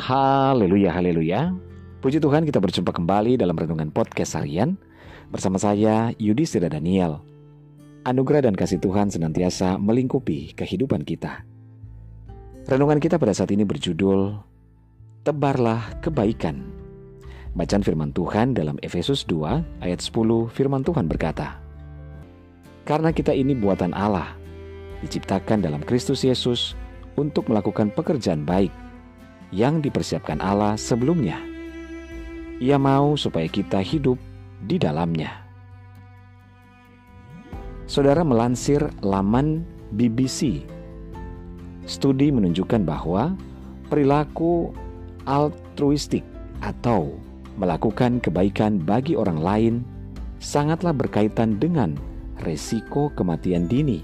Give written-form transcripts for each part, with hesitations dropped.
Haleluya, haleluya. Puji Tuhan, kita berjumpa kembali dalam Renungan Podcast Harian bersama saya, Yudhistira Daniel. Anugerah dan kasih Tuhan senantiasa melingkupi kehidupan kita. Renungan kita pada saat ini berjudul Tebarlah Kebaikan. Bacaan firman Tuhan dalam Efesus 2 ayat 10, firman Tuhan berkata, "Karena kita ini buatan Allah, diciptakan dalam Kristus Yesus untuk melakukan pekerjaan baik yang dipersiapkan Allah sebelumnya. Ia mau supaya kita hidup di dalamnya." Saudara, melansir laman BBC, studi menunjukkan bahwa perilaku altruistik atau melakukan kebaikan bagi orang lain sangatlah berkaitan dengan resiko kematian dini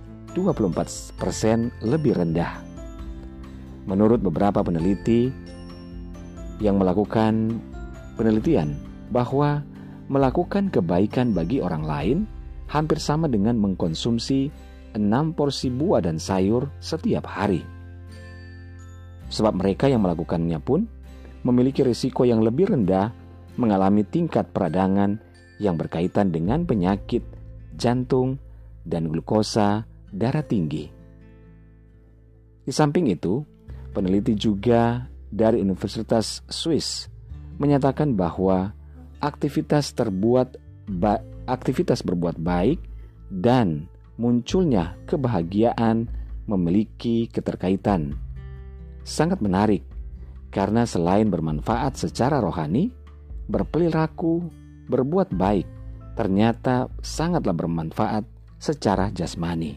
24% lebih rendah. Menurut beberapa peneliti yang melakukan penelitian bahwa melakukan kebaikan bagi orang lain hampir sama dengan mengkonsumsi 6 porsi buah dan sayur setiap hari. Sebab mereka yang melakukannya pun memiliki risiko yang lebih rendah mengalami tingkat peradangan yang berkaitan dengan penyakit jantung dan glukosa darah tinggi. Di samping itu, peneliti juga dari Universitas Swiss menyatakan bahwa aktivitas berbuat baik dan munculnya kebahagiaan memiliki keterkaitan. Sangat menarik karena selain bermanfaat secara rohani, berperilaku berbuat baik ternyata sangatlah bermanfaat secara jasmani.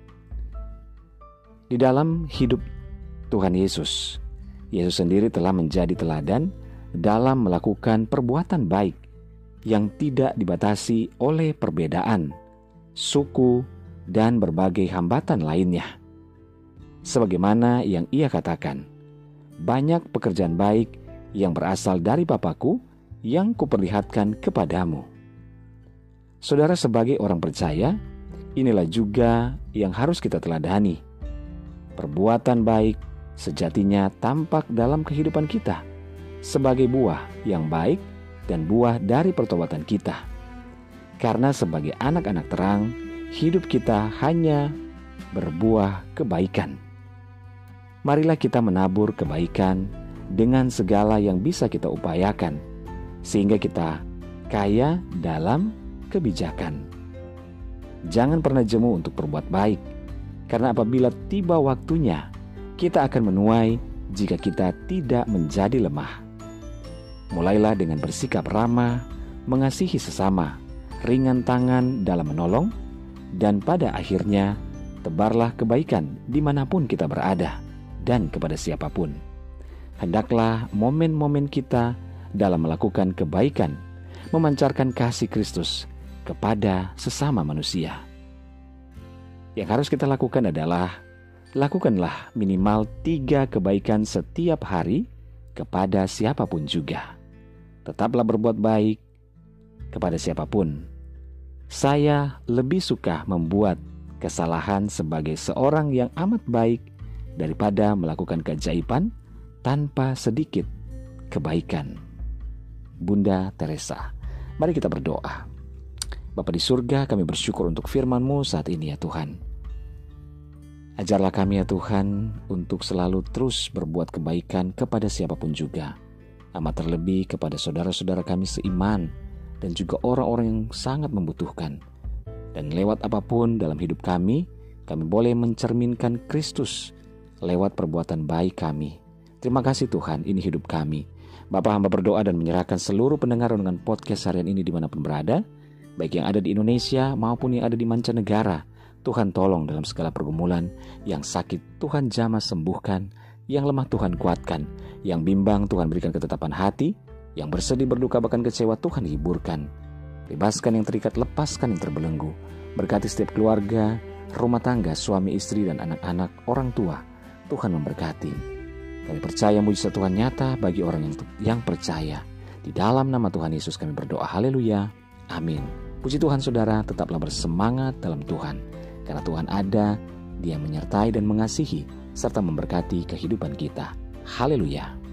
Di dalam hidup Tuhan Yesus sendiri telah menjadi teladan dalam melakukan perbuatan baik yang tidak dibatasi oleh perbedaan, suku, dan berbagai hambatan lainnya. Sebagaimana yang ia katakan, "Banyak pekerjaan baik yang berasal dari Bapa-Ku yang kuperlihatkan kepadamu." Saudara, sebagai orang percaya, inilah juga yang harus kita teladani. Perbuatan baik sejatinya tampak dalam kehidupan kita sebagai buah yang baik dan buah dari pertobatan kita. Karena sebagai anak-anak terang, hidup kita hanya berbuah kebaikan. Marilah kita menabur kebaikan dengan segala yang bisa kita upayakan, sehingga kita kaya dalam kebijakan. Jangan pernah jemu untuk berbuat baik, karena apabila tiba waktunya, kita akan menuai jika kita tidak menjadi lemah. Mulailah dengan bersikap ramah, mengasihi sesama, ringan tangan dalam menolong, dan pada akhirnya tebarlah kebaikan dimanapun kita berada dan kepada siapapun. Hendaklah momen-momen kita dalam melakukan kebaikan memancarkan kasih Kristus kepada sesama manusia. Yang harus kita lakukan adalah lakukanlah minimal 3 kebaikan setiap hari kepada siapapun juga. Tetaplah berbuat baik kepada siapapun. Saya lebih suka membuat kesalahan sebagai seorang yang amat baik daripada melakukan keajaiban tanpa sedikit kebaikan. Bunda Teresa. Mari kita berdoa. Bapa di surga, kami bersyukur untuk firman-Mu saat ini ya Tuhan. Ajarlah kami ya Tuhan untuk selalu terus berbuat kebaikan kepada siapapun juga, amat terlebih kepada saudara-saudara kami seiman dan juga orang-orang yang sangat membutuhkan. Dan lewat apapun dalam hidup kami boleh mencerminkan Kristus lewat perbuatan baik kami. Terima kasih Tuhan, ini hidup kami. Bapa, hamba berdoa dan menyerahkan seluruh pendengar dengan podcast harian ini dimanapun berada, baik yang ada di Indonesia maupun yang ada di mancanegara. Tuhan tolong dalam segala pergumulan. Yang sakit Tuhan jamah sembuhkan, yang lemah Tuhan kuatkan, yang bimbang Tuhan berikan ketetapan hati, yang bersedih berduka bahkan kecewa Tuhan hiburkan. Bebaskan yang terikat, lepaskan yang terbelenggu. Berkati setiap keluarga, rumah tangga, suami istri dan anak-anak, orang tua. Tuhan memberkati. Kami percaya mujizat Tuhan nyata bagi orang yang percaya. Di dalam nama Tuhan Yesus kami berdoa, haleluya, amin. Puji Tuhan saudara, tetaplah bersemangat dalam Tuhan. Karena Tuhan ada, Dia menyertai dan mengasihi serta memberkati kehidupan kita. Haleluya.